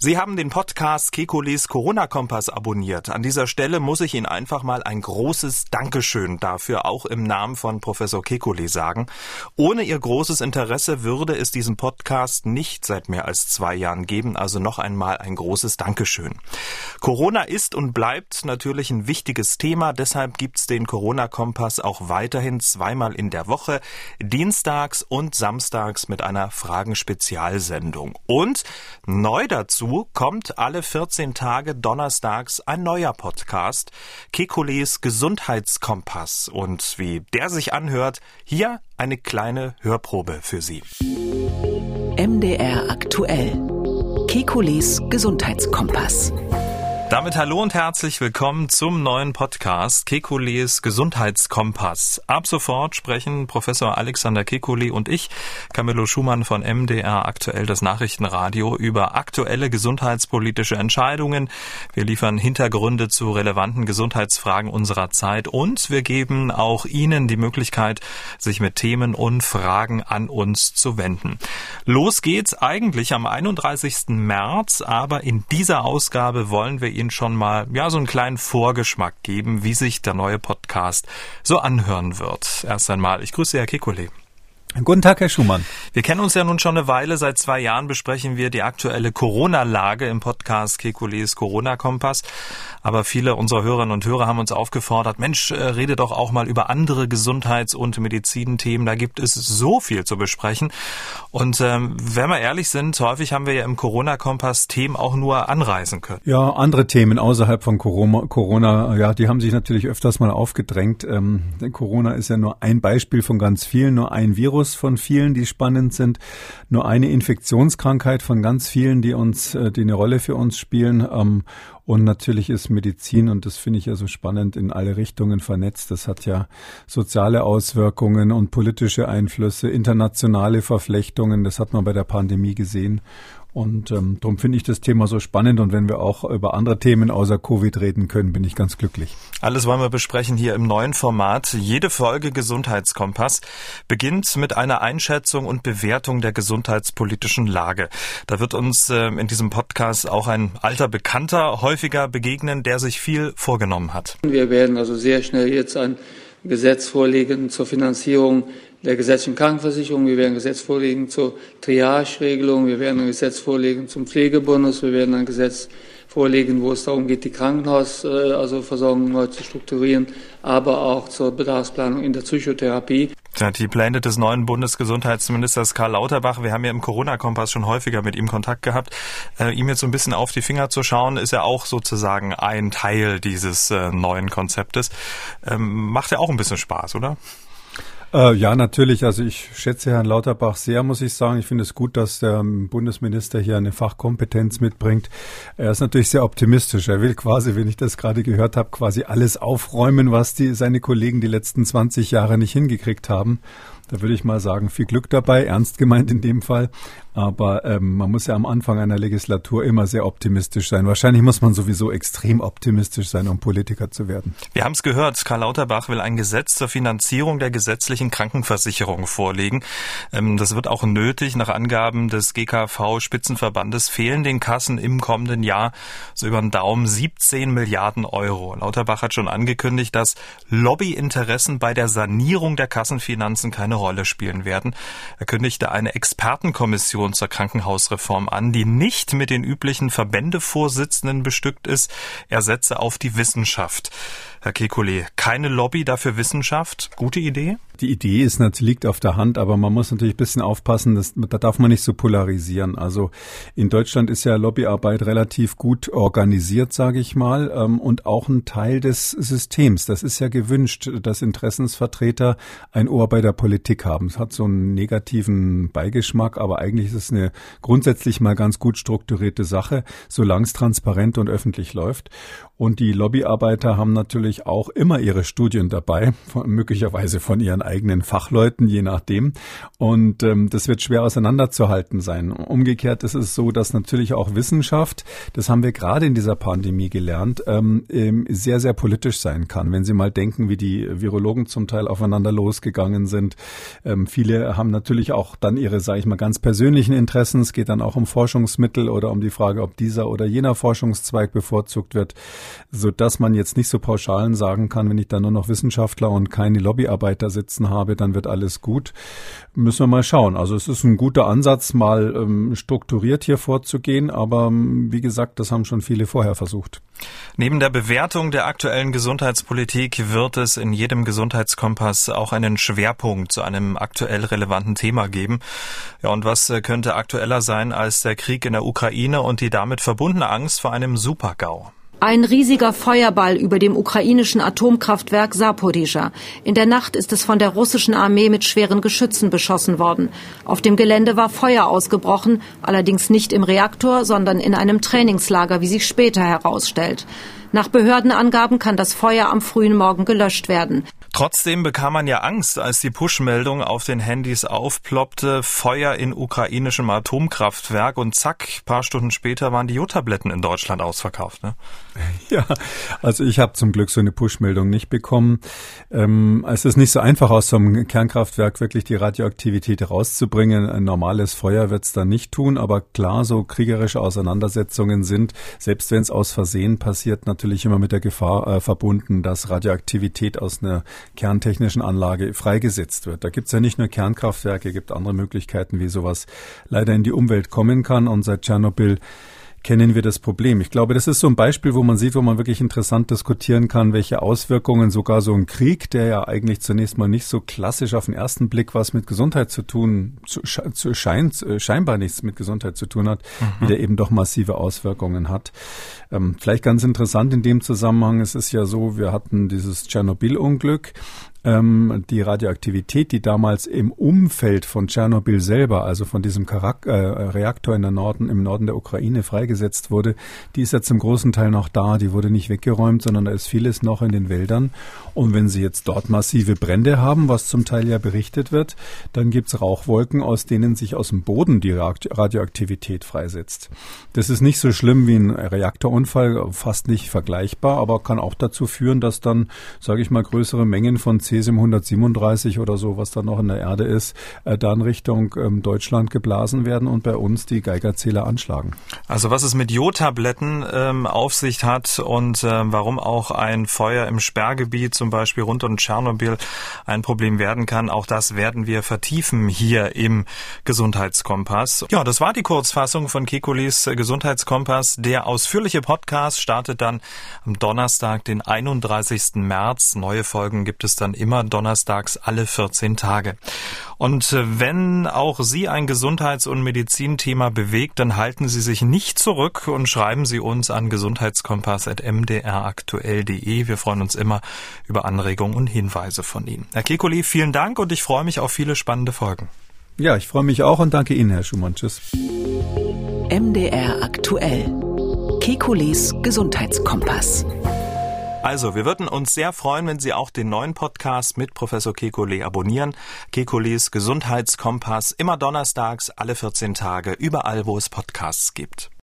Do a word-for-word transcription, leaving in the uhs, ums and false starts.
Sie haben den Podcast Kekules Corona-Kompass abonniert. An dieser Stelle muss ich Ihnen einfach mal ein großes Dankeschön dafür auch im Namen von Professor Kekulé sagen. Ohne Ihr großes Interesse würde es diesen Podcast nicht seit mehr als zwei Jahren geben. Also noch einmal ein großes Dankeschön. Corona ist und bleibt natürlich ein wichtiges Thema. Deshalb gibt's den Corona-Kompass auch weiterhin zweimal in der Woche, dienstags und samstags mit einer Fragen-Spezialsendung. Und neu dazu kommt alle vierzehn Tage donnerstags ein neuer Podcast, Kekules Gesundheitskompass. Und wie der sich anhört, hier eine kleine Hörprobe für Sie. M D R aktuell. Kekules Gesundheitskompass. Damit hallo und herzlich willkommen zum neuen Podcast Kekules Gesundheitskompass. Ab sofort sprechen Professor Alexander Kekulé und ich, Camillo Schumann von M D R aktuell, das Nachrichtenradio, über aktuelle gesundheitspolitische Entscheidungen. Wir liefern Hintergründe zu relevanten Gesundheitsfragen unserer Zeit und wir geben auch Ihnen die Möglichkeit, sich mit Themen und Fragen an uns zu wenden. Los geht's eigentlich am einunddreißigsten März, aber in dieser Ausgabe wollen wir Ihnen schon mal ja so einen kleinen Vorgeschmack geben, wie sich der neue Podcast so anhören wird. Erst einmal, ich grüße Herr Kekulé. Guten Tag, Herr Schumann. Wir kennen uns ja nun schon eine Weile. Seit zwei Jahren besprechen wir die aktuelle Corona-Lage im Podcast Kekules Corona-Kompass. Aber viele unserer Hörerinnen und Hörer haben uns aufgefordert, Mensch, rede doch auch mal über andere Gesundheits- und Medizinthemen. Da gibt es so viel zu besprechen. Und ähm, wenn wir ehrlich sind, häufig haben wir ja im Corona-Kompass Themen auch nur anreißen können. Ja, andere Themen außerhalb von Corona, Corona, ja, die haben sich natürlich öfters mal aufgedrängt. Ähm, Corona ist ja nur ein Beispiel von ganz vielen, nur ein Virus von vielen, die spannend sind, nur eine Infektionskrankheit von ganz vielen, die uns, die eine Rolle für uns spielen. Und natürlich ist Medizin, und das finde ich ja so spannend, in alle Richtungen vernetzt. Das hat ja soziale Auswirkungen und politische Einflüsse, internationale Verflechtungen. Das hat man bei der Pandemie gesehen. Und ähm, darum finde ich das Thema so spannend. Und wenn wir auch über andere Themen außer Covid reden können, bin ich ganz glücklich. Alles wollen wir besprechen hier im neuen Format. Jede Folge Gesundheitskompass beginnt mit einer Einschätzung und Bewertung der gesundheitspolitischen Lage. Da wird uns äh, in diesem Podcast auch ein alter Bekannter häufiger begegnen, der sich viel vorgenommen hat. Wir werden also sehr schnell jetzt ein Gesetz vorlegen zur Finanzierung der gesetzlichen Krankenversicherung. Wir werden ein Gesetz vorlegen zur Triage-Regelung. Wir werden ein Gesetz vorlegen zum Pflegebonus. Wir werden ein Gesetz vorlegen, wo es darum geht, die Krankenhaus, also Versorgung neu zu strukturieren, aber auch zur Bedarfsplanung in der Psychotherapie. Ja, die Pläne des neuen Bundesgesundheitsministers Karl Lauterbach, wir haben ja im Corona-Kompass schon häufiger mit ihm Kontakt gehabt, äh, ihm jetzt so ein bisschen auf die Finger zu schauen, ist ja auch sozusagen ein Teil dieses äh, neuen Konzeptes. Ähm, macht ja auch ein bisschen Spaß, oder? Äh, ja, natürlich. Also ich schätze Herrn Lauterbach sehr, muss ich sagen. Ich finde es gut, dass der Bundesminister hier eine Fachkompetenz mitbringt. Er ist natürlich sehr optimistisch. Er will quasi, wenn ich das gerade gehört habe, quasi alles aufräumen, was die seine Kollegen die letzten zwanzig Jahre nicht hingekriegt haben. Da würde ich mal sagen, viel Glück dabei, ernst gemeint in dem Fall. Aber ähm, man muss ja am Anfang einer Legislatur immer sehr optimistisch sein. Wahrscheinlich muss man sowieso extrem optimistisch sein, um Politiker zu werden. Wir haben es gehört, Karl Lauterbach will ein Gesetz zur Finanzierung der gesetzlichen Krankenversicherung vorlegen. Ähm, das wird auch nötig. Nach Angaben des G K V-Spitzenverbandes fehlen den Kassen im kommenden Jahr so über den Daumen siebzehn Milliarden Euro. Lauterbach hat schon angekündigt, dass Lobbyinteressen bei der Sanierung der Kassenfinanzen keine Rolle spielen werden. Er kündigte eine Expertenkommission zur Krankenhausreform an, die nicht mit den üblichen Verbändevorsitzenden bestückt ist. Er setze auf die Wissenschaft. Herr Kekulé, keine Lobby, dafür Wissenschaft. Gute Idee? Die Idee ist natürlich, liegt auf der Hand, aber man muss natürlich ein bisschen aufpassen, dass, da darf man nicht so polarisieren. Also in Deutschland ist ja Lobbyarbeit relativ gut organisiert, sage ich mal, und auch ein Teil des Systems. Das ist ja gewünscht, dass Interessensvertreter ein Ohr bei der Politik haben. Es hat so einen negativen Beigeschmack, aber eigentlich ist es eine grundsätzlich mal ganz gut strukturierte Sache, solange es transparent und öffentlich läuft. Und die Lobbyarbeiter haben natürlich natürlich auch immer ihre Studien dabei, von, möglicherweise von ihren eigenen Fachleuten, je nachdem. Und ähm, das wird schwer auseinanderzuhalten sein. Umgekehrt ist es so, dass natürlich auch Wissenschaft, das haben wir gerade in dieser Pandemie gelernt, ähm, sehr, sehr politisch sein kann. Wenn Sie mal denken, wie die Virologen zum Teil aufeinander losgegangen sind. Ähm, viele haben natürlich auch dann ihre, sage ich mal, ganz persönlichen Interessen. Es geht dann auch um Forschungsmittel oder um die Frage, ob dieser oder jener Forschungszweig bevorzugt wird, sodass man jetzt nicht so pauschal sagen kann, wenn ich da nur noch Wissenschaftler und keine Lobbyarbeiter sitzen habe, dann wird alles gut. Müssen wir mal schauen. Also es ist ein guter Ansatz, mal ähm, strukturiert hier vorzugehen, aber ähm, wie gesagt, das haben schon viele vorher versucht. Neben der Bewertung der aktuellen Gesundheitspolitik wird es in jedem Gesundheitskompass auch einen Schwerpunkt zu einem aktuell relevanten Thema geben. Ja, und was könnte aktueller sein als der Krieg in der Ukraine und die damit verbundene Angst vor einem Super-GAU? Ein riesiger Feuerball über dem ukrainischen Atomkraftwerk Saporizhzhia. In der Nacht ist es von der russischen Armee mit schweren Geschützen beschossen worden. Auf dem Gelände war Feuer ausgebrochen, allerdings nicht im Reaktor, sondern in einem Trainingslager, wie sich später herausstellt. Nach Behördenangaben kann das Feuer am frühen Morgen gelöscht werden. Trotzdem bekam man ja Angst, als die Push-Meldung auf den Handys aufploppte, Feuer in ukrainischem Atomkraftwerk und zack, paar Stunden später waren die Jodtabletten in Deutschland ausverkauft. Ne? Ja, also ich habe zum Glück so eine Push-Meldung nicht bekommen. Ähm, es ist nicht so einfach, aus so einem Kernkraftwerk wirklich die Radioaktivität rauszubringen. Ein normales Feuer wird es da nicht tun, aber klar, so kriegerische Auseinandersetzungen sind, selbst wenn es aus Versehen passiert, natürlich immer mit der Gefahr äh, verbunden, dass Radioaktivität aus einer kerntechnischen Anlage freigesetzt wird. Da gibt es ja nicht nur Kernkraftwerke, gibt andere Möglichkeiten, wie sowas leider in die Umwelt kommen kann. Und seit Tschernobyl kennen wir das Problem. Ich glaube, das ist so ein Beispiel, wo man sieht, wo man wirklich interessant diskutieren kann, welche Auswirkungen sogar so ein Krieg, der ja eigentlich zunächst mal nicht so klassisch auf den ersten Blick was mit Gesundheit zu tun, zu, zu scheint, scheinbar nichts mit Gesundheit zu tun hat, mhm. wie der eben doch massive Auswirkungen hat. Ähm, vielleicht ganz interessant in dem Zusammenhang, es ist ja so, wir hatten dieses Tschernobyl-Unglück. Ähm, die Radioaktivität, die damals im Umfeld von Tschernobyl selber, also von diesem Karak- äh, Reaktor in der Norden, im Norden der Ukraine freigesetzt wurde, die ist ja zum großen Teil noch da. Die wurde nicht weggeräumt, sondern da ist vieles noch in den Wäldern. Und wenn Sie jetzt dort massive Brände haben, was zum Teil ja berichtet wird, dann gibt's Rauchwolken, aus denen sich aus dem Boden die Radioaktivität freisetzt. Das ist nicht so schlimm wie ein Reaktorunfall, fast nicht vergleichbar, aber kann auch dazu führen, dass dann, sage ich mal, größere Mengen von Cäsium hundertsiebenunddreißig oder so, was da noch in der Erde ist, äh, dann Richtung ähm, Deutschland geblasen werden und bei uns die Geigerzähler anschlagen. Also was es mit Jodtabletten ähm, auf sich hat und äh, warum auch ein Feuer im Sperrgebiet zum Beispiel rund um Tschernobyl ein Problem werden kann, auch das werden wir vertiefen hier im Gesundheitskompass. Ja, das war die Kurzfassung von Kekules Gesundheitskompass. Der ausführliche Podcast startet dann am Donnerstag, den einunddreißigsten März. Neue Folgen gibt es dann immer donnerstags alle vierzehn Tage. Und wenn auch Sie ein Gesundheits- und Medizinthema bewegt, dann halten Sie sich nicht zurück und schreiben Sie uns an gesundheitskompass at m d r aktuell punkt d e. Wir freuen uns immer über Anregungen und Hinweise von Ihnen. Herr Kekulé, vielen Dank und ich freue mich auf viele spannende Folgen. Ja, ich freue mich auch und danke Ihnen, Herr Schumann. Tschüss. M D R aktuell. Kekules Gesundheitskompass. Also, wir würden uns sehr freuen, wenn Sie auch den neuen Podcast mit Professor Kekulé abonnieren. Kekules Gesundheitskompass, immer donnerstags, alle vierzehn Tage, überall, wo es Podcasts gibt.